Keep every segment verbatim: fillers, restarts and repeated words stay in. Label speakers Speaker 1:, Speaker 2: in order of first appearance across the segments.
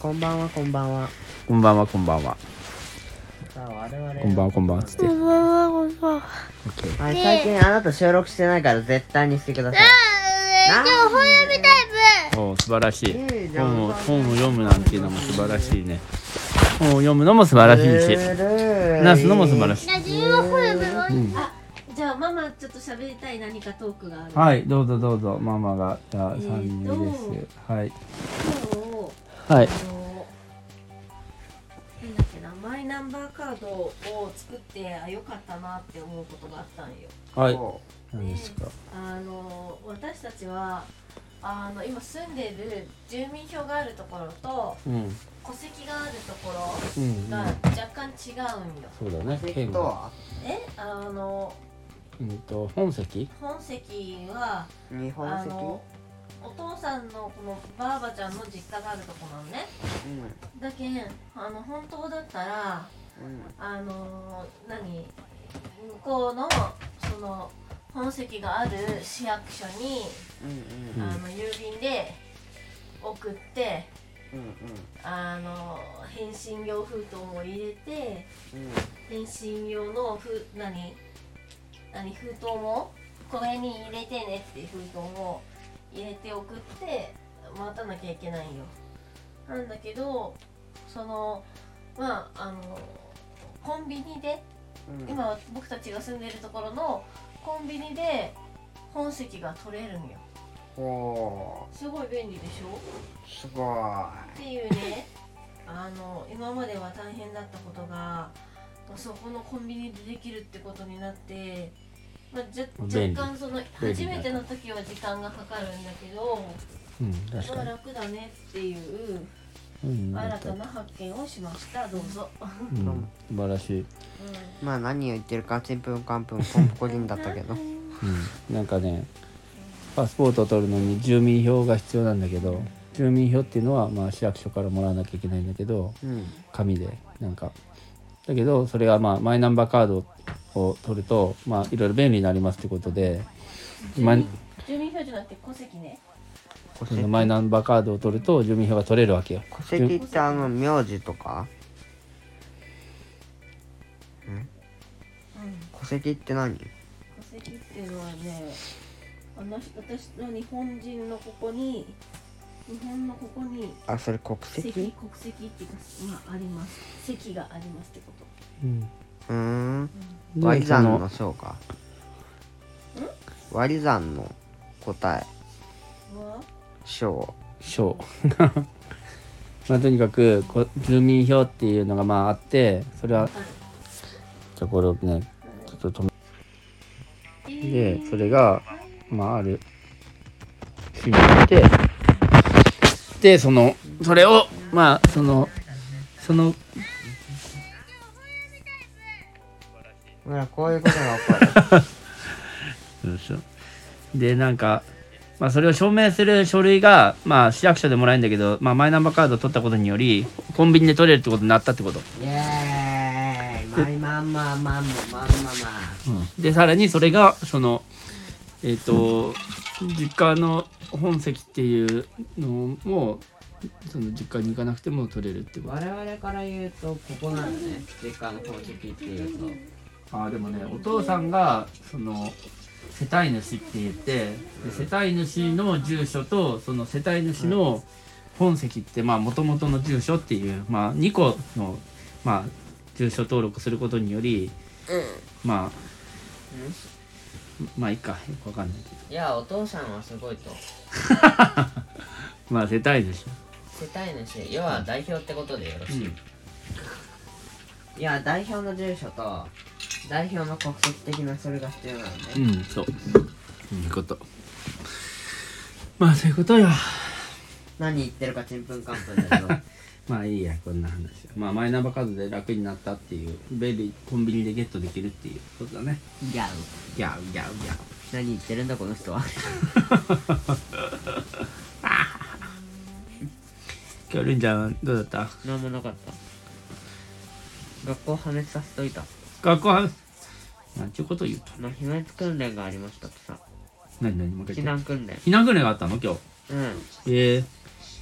Speaker 1: こんばんはこんばんは。
Speaker 2: こんばんはこんばんは。
Speaker 1: さあ我々
Speaker 2: こんばんはこんばんはつって。
Speaker 3: こんばんは、こんばんは。
Speaker 2: オッケー。
Speaker 1: はい、最近あなた収録してないから絶対にしてください。
Speaker 3: あー、じゃあ本読みタイム。
Speaker 2: おー素晴らしい。
Speaker 1: いいじゃん
Speaker 2: 本を本を読むなんていうのも素晴らしいね。本を読むのも素晴らしいし、なすのも素晴らしい。
Speaker 3: じゃあ自分は本読めます。
Speaker 2: うん。
Speaker 4: あ、じゃあママちょっと喋りたい何かトークがある。
Speaker 2: はいどうぞどうぞ。ママがじゃあ
Speaker 4: えーと
Speaker 2: 参入です。はい
Speaker 4: 今日
Speaker 2: はい。
Speaker 4: あのなんだっけな、マイナンバーカードを作ってあよかったなって思うことがあったんよ。
Speaker 2: はい。
Speaker 1: そ
Speaker 2: 何ですか。
Speaker 4: あの私たちはあの今住んでる住民票があるところと
Speaker 2: うん
Speaker 4: 戸籍があるところ
Speaker 2: うんうん。
Speaker 4: が若干違うんよ。
Speaker 2: そうだね。
Speaker 1: う。
Speaker 2: 県が。
Speaker 1: とは
Speaker 4: え、あの
Speaker 2: うんと本籍。
Speaker 4: 本籍は
Speaker 1: 日本籍。
Speaker 4: あのお父さんのこのばあばちゃんの実家があるとこなのね。
Speaker 1: う
Speaker 4: だけんあの本当だったら
Speaker 1: ん
Speaker 4: あの何向こうのその本籍がある市役所に、
Speaker 1: うんうん
Speaker 2: うん
Speaker 4: あの郵便で送って
Speaker 1: うんうん
Speaker 4: あの返信用封筒も入れて返信用のふ何何封筒もこれに入れてねっていう封筒も入れて送って待たなきゃいけないよ。なんだけどそのまああのコンビニで
Speaker 1: うん。
Speaker 4: 今僕たちが住んでるところのコンビニで本籍が取れるんよ。
Speaker 1: お
Speaker 4: すごい便利でしょ。
Speaker 1: ー、すご
Speaker 4: っていうね、あの今までは大変だったことがそこのコンビニでできるってことになって、まあ、じゃ
Speaker 2: 便利
Speaker 4: 若干その
Speaker 2: 便
Speaker 4: 初
Speaker 2: 利だ
Speaker 4: めての時は時間がかかるんだけど、
Speaker 2: うん確
Speaker 4: まあ、
Speaker 2: かに。
Speaker 4: 楽だねっていう
Speaker 2: うん
Speaker 4: 新たな発見をしました。どうぞ。
Speaker 2: うん素晴らしい。
Speaker 1: い。まあ何を言ってるかちんぷんかんぷんポンポコリンだったけど。
Speaker 2: うん、なんかねパスポートを取るのに住民票が必要なんだけど、住民票っていうのはまあ市役所からもらわなきゃいけないんだけど、
Speaker 1: うん
Speaker 2: 紙でなんかだけどそれはまあマイナンバーカードを取るとまあいろいろ便利になりますってことで、ま
Speaker 4: 住民住民票じゃなくて戸籍ね。
Speaker 1: 戸籍。
Speaker 2: そのマイナンバーカードを取ると住民票が取れるわけよ。
Speaker 1: 戸籍ってあの名字とか？
Speaker 4: うん。
Speaker 1: 戸籍って何？
Speaker 4: 戸籍っていうのはね、あの私の日本人のここに日本のここに
Speaker 1: あ、それ国
Speaker 4: 籍
Speaker 1: 籍？
Speaker 4: 国籍っていうか、まあ、あります籍がありますってこと。
Speaker 2: うん
Speaker 1: うーん。
Speaker 2: で
Speaker 1: 割り算
Speaker 2: そ
Speaker 1: の章か。割り算の答え
Speaker 4: は
Speaker 1: 章。
Speaker 2: 省まあとにかくこ住民票っていうのがまああって、それは
Speaker 4: あ
Speaker 2: じゃあこれをねちょっと止めでそれがまあある日に行ってでそのそれをまあそのその
Speaker 1: ほらこういうことが起こる。
Speaker 2: そうそうでなんかまあそれを証明する書類がまあ市役所でもらえるんだけど、まあ、マイナンバーカードを取ったことによりコンビニで取れるってことになったってこと、
Speaker 1: イエーイ。マイマンマーマンモマンママ。
Speaker 2: でさらにそれがそのえっ、と実家の本籍っていうのもその実家に行かなくても取れるってこと。
Speaker 1: 我々から言うとここなのね。実家の本籍っていうと。
Speaker 2: あーでもねお父さんがその世帯主って言ってで世帯主の住所とその世帯主の本籍ってまあ元々の住所っていうまあにこのまあ住所登録することによりまあまあいいかよくわかんないけど
Speaker 1: いやお父さんはすごいと。
Speaker 2: まあ世帯主
Speaker 1: 世帯主要は代表ってことでよろしい。
Speaker 2: うん
Speaker 1: いや代表の住所と代表の国籍的なそれが必要なのね。
Speaker 2: うんそうそういうことまあそういうことよ。
Speaker 1: 何言ってるかちんぷんかんぷんだけど。
Speaker 2: まあいいやこんな話はまあマイナンバーカードで楽になったっていう便利コンビニでゲットできるっていうことだね。
Speaker 1: ギャウ。
Speaker 2: ギャウギャウギャウ
Speaker 1: 何言ってるんだこの人は。
Speaker 2: 今日ルンちゃんどうだった？
Speaker 1: なんもなかった。学校破滅させといた。
Speaker 2: 学校はなんちゅうこと言うと
Speaker 1: の秘密訓練がありましたってさ。
Speaker 2: 何何もう一回
Speaker 1: 避
Speaker 2: 言って
Speaker 1: 難訓練。
Speaker 2: 避難訓練があったの今日？
Speaker 1: うん。
Speaker 2: ええ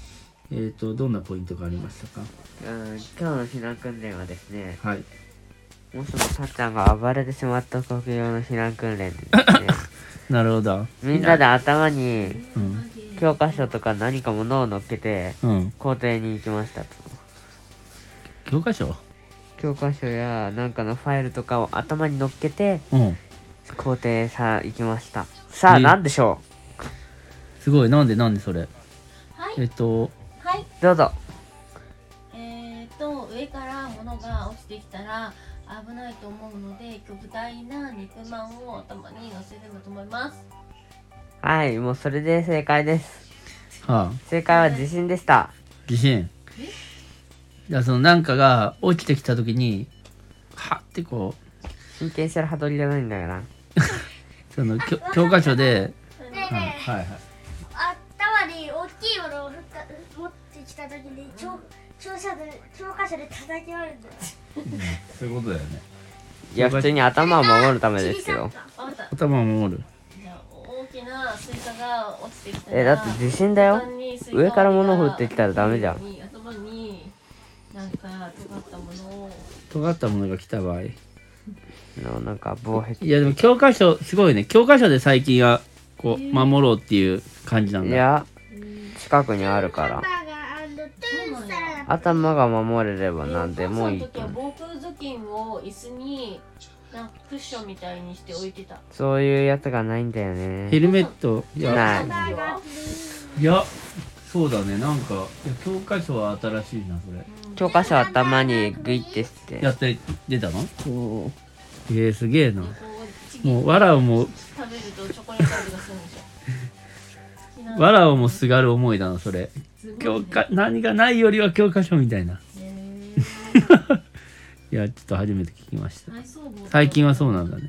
Speaker 2: えっとどんなポイントがありましたか？
Speaker 1: うん今日の避難訓練はですね、
Speaker 2: はい。
Speaker 1: もしもたっちゃんが暴れてしまった時用の避難訓練でですね
Speaker 2: なるほど。
Speaker 1: みんなで頭に
Speaker 2: うん
Speaker 1: 教科書とか何か物を乗っけて
Speaker 2: うん。
Speaker 1: 校庭に行きましたと。
Speaker 2: 教科書？
Speaker 1: 教科書やなんかのファイルとかを頭に乗っけて
Speaker 2: うん。
Speaker 1: 校庭さ行きました。さあ
Speaker 2: え
Speaker 1: 何でしょ
Speaker 2: すごい。なんでなんでそれ？
Speaker 4: はい
Speaker 2: えっと
Speaker 4: はい。
Speaker 1: う。どうぞ。
Speaker 4: えー、と上から物が落ちてきたら危ないと思うので巨大な肉まんを頭に乗せてると思います。
Speaker 1: はいもうそれで正解です。
Speaker 2: はあ
Speaker 1: 正解は地震でした。
Speaker 2: 地震。じゃあそのなんかが落ちてきた時にはってこう
Speaker 1: 神経してる羽鳥じゃないんだから
Speaker 2: その教教科書で、
Speaker 3: ねえねえ
Speaker 2: はいはい。
Speaker 3: 頭に大きいものをふった持ってきた時に教教科書で教科書で叩き割るんだよ。
Speaker 2: そういうことだよね。
Speaker 1: いや普通に頭を守るためですよ。
Speaker 4: あわかった。
Speaker 2: 頭を守る。
Speaker 4: じゃあ大きなスイカが落ちてきたら
Speaker 1: えだって地震だよ。上から物降ってきたらダメじゃん。
Speaker 4: 頭になんか尖ったものを
Speaker 2: 尖ったものが来た場合。
Speaker 1: のなんか防壁。
Speaker 2: いやでも教科書すごいね。教科書で最近はこう守ろうっていう感じなんだ。
Speaker 1: いや近くにあるから
Speaker 3: ハンバーガートゥーンサラダ。
Speaker 1: 頭が守れれば何でもいい
Speaker 4: その時は
Speaker 1: と思う。
Speaker 4: 防空頭巾を椅子になんかクッションみたいにして置いてた。
Speaker 1: そういうやつがないんだよね。
Speaker 2: ヘルメットいや
Speaker 1: ない
Speaker 3: ハンバーガートゥーン
Speaker 2: いやそうだね。なんかいや教科書は新しいなそれ。
Speaker 1: 教科書頭にグイってして
Speaker 2: やって出たの？
Speaker 1: そう
Speaker 2: えー、すげえな。
Speaker 4: こうちぎ
Speaker 2: もうわらをも
Speaker 4: 食べるとチョコレート味がするんでしょ。
Speaker 2: わらをもすがる思いだなそれ。教科何がないよりは教科書みたいな。いやちょっと初めて聞きました。最近はそうなんだね。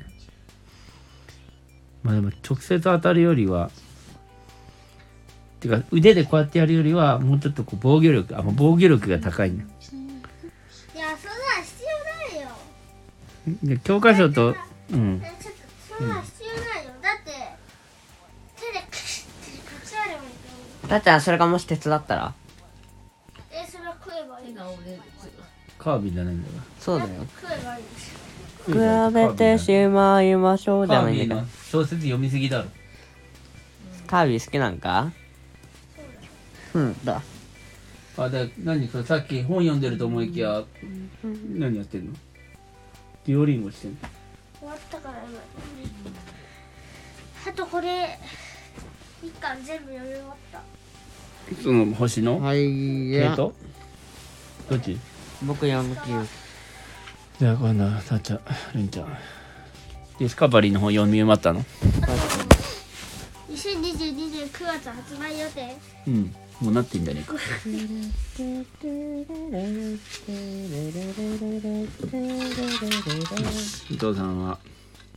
Speaker 2: まあでも直接当たるよりはてか腕でこうやってやるよりはもうちょっとこう防御力あもう防御力が高いね。
Speaker 3: いやそんなん必要ないよ。
Speaker 2: で教科書とうん
Speaker 3: えちょっとそんなん必要ないよ。だって手でクシッてかち割ればいいと思う。
Speaker 1: たっちゃんそれがもし鉄だったら
Speaker 3: えそれは食えばいい。
Speaker 4: 手が折れる。
Speaker 2: カービィじゃないんだか
Speaker 1: そうだよ。
Speaker 3: 食えばいいですよ。
Speaker 2: ら。
Speaker 1: 比べてしまいましょうじ
Speaker 2: カ
Speaker 1: ゃないんだから
Speaker 2: ービィの小説読みすぎだろ。
Speaker 1: カービィ好きなんかうんだ
Speaker 2: あで何それさっき本読んでると思いきや何やってんの？デュオリンゴしてんの？
Speaker 3: 終わったから今。あとこれ一巻全部読み終わった。
Speaker 2: その星の
Speaker 1: はい
Speaker 2: 系統どっち？
Speaker 1: 僕読む気
Speaker 2: じゃあ今度はさっちゃんるんちゃんディスカバリーの本読み終わったの？
Speaker 3: にせんにじゅうにねんくがつ発売予定。
Speaker 2: うんもうなってんじゃねえか。お父さんは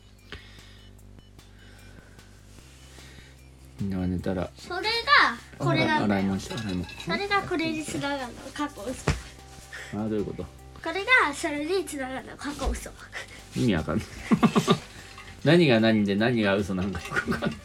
Speaker 2: みんなが寝たら
Speaker 3: それがこれなんだよ。
Speaker 2: 洗い物して洗い物。
Speaker 3: それがこれにつながるの過去嘘。
Speaker 2: ああどういうこと？
Speaker 3: これがそれにつながるの過去嘘。
Speaker 2: 意味わかんない。何が何で何が嘘なんかよくわかんない。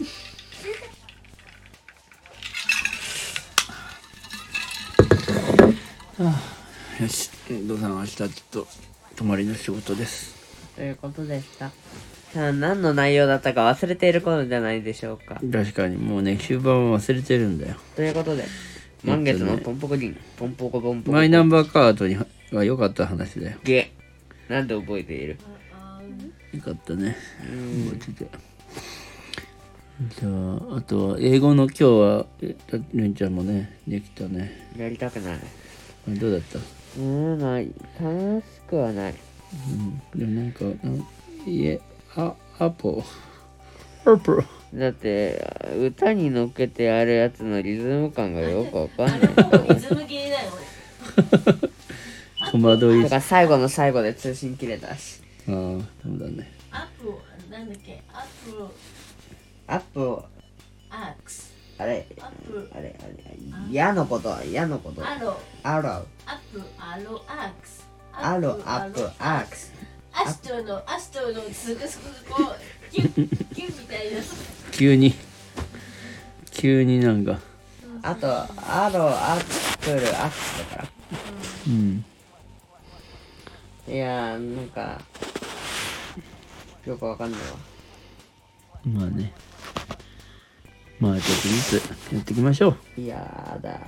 Speaker 2: はあ、よし、お父さんは明日ちょっと泊まりの仕事です。
Speaker 1: ということでした。さあ何の内容だったか忘れていることじゃないでしょうか。
Speaker 2: 確かにもうね終盤は忘れてるんだよ。
Speaker 1: ということで満月のポンポコリンポンポコポンポコ
Speaker 2: マイナンバーカードには良かった話だよ。
Speaker 1: ゲなんで覚えている？
Speaker 2: よかったね。覚えてて。じゃああとは英語の今日はえるんちゃんもねできたね。
Speaker 1: やりたくない。
Speaker 2: どうだった？
Speaker 1: うーんない楽しくはない。
Speaker 2: うん、でもなんかなんいえあアポアポ
Speaker 1: だって歌に乗っけてやるやつのリズム感がよくわかんない。
Speaker 4: あれもリズム切れだよ俺。
Speaker 2: 戸惑い
Speaker 1: だから最後の最後で通信切れたし。
Speaker 2: ああそうだね。
Speaker 4: アップなんだっけアップ
Speaker 1: アップ
Speaker 4: アクス
Speaker 1: あれ
Speaker 4: アップ
Speaker 1: あれあれ嫌のことは嫌のこと。
Speaker 4: アロ
Speaker 1: アロ
Speaker 4: アップアロアクス
Speaker 1: アロアップアクス。
Speaker 4: アストのアストのすぐすぐこうキュッキュッみたいな。
Speaker 2: 急に急になんか
Speaker 1: あとアロアプール暑かったから。
Speaker 2: うん
Speaker 1: いやーなんかよくわかんないわ。
Speaker 2: まあねまあちょっとずつやっていきましょう。
Speaker 1: いやーだ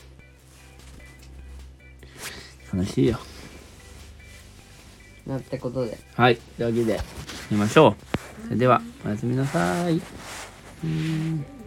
Speaker 2: 楽しいよ。
Speaker 1: ーなんてことで。
Speaker 2: はいというわけで寝ましょう。それではおやすみなさい。うーん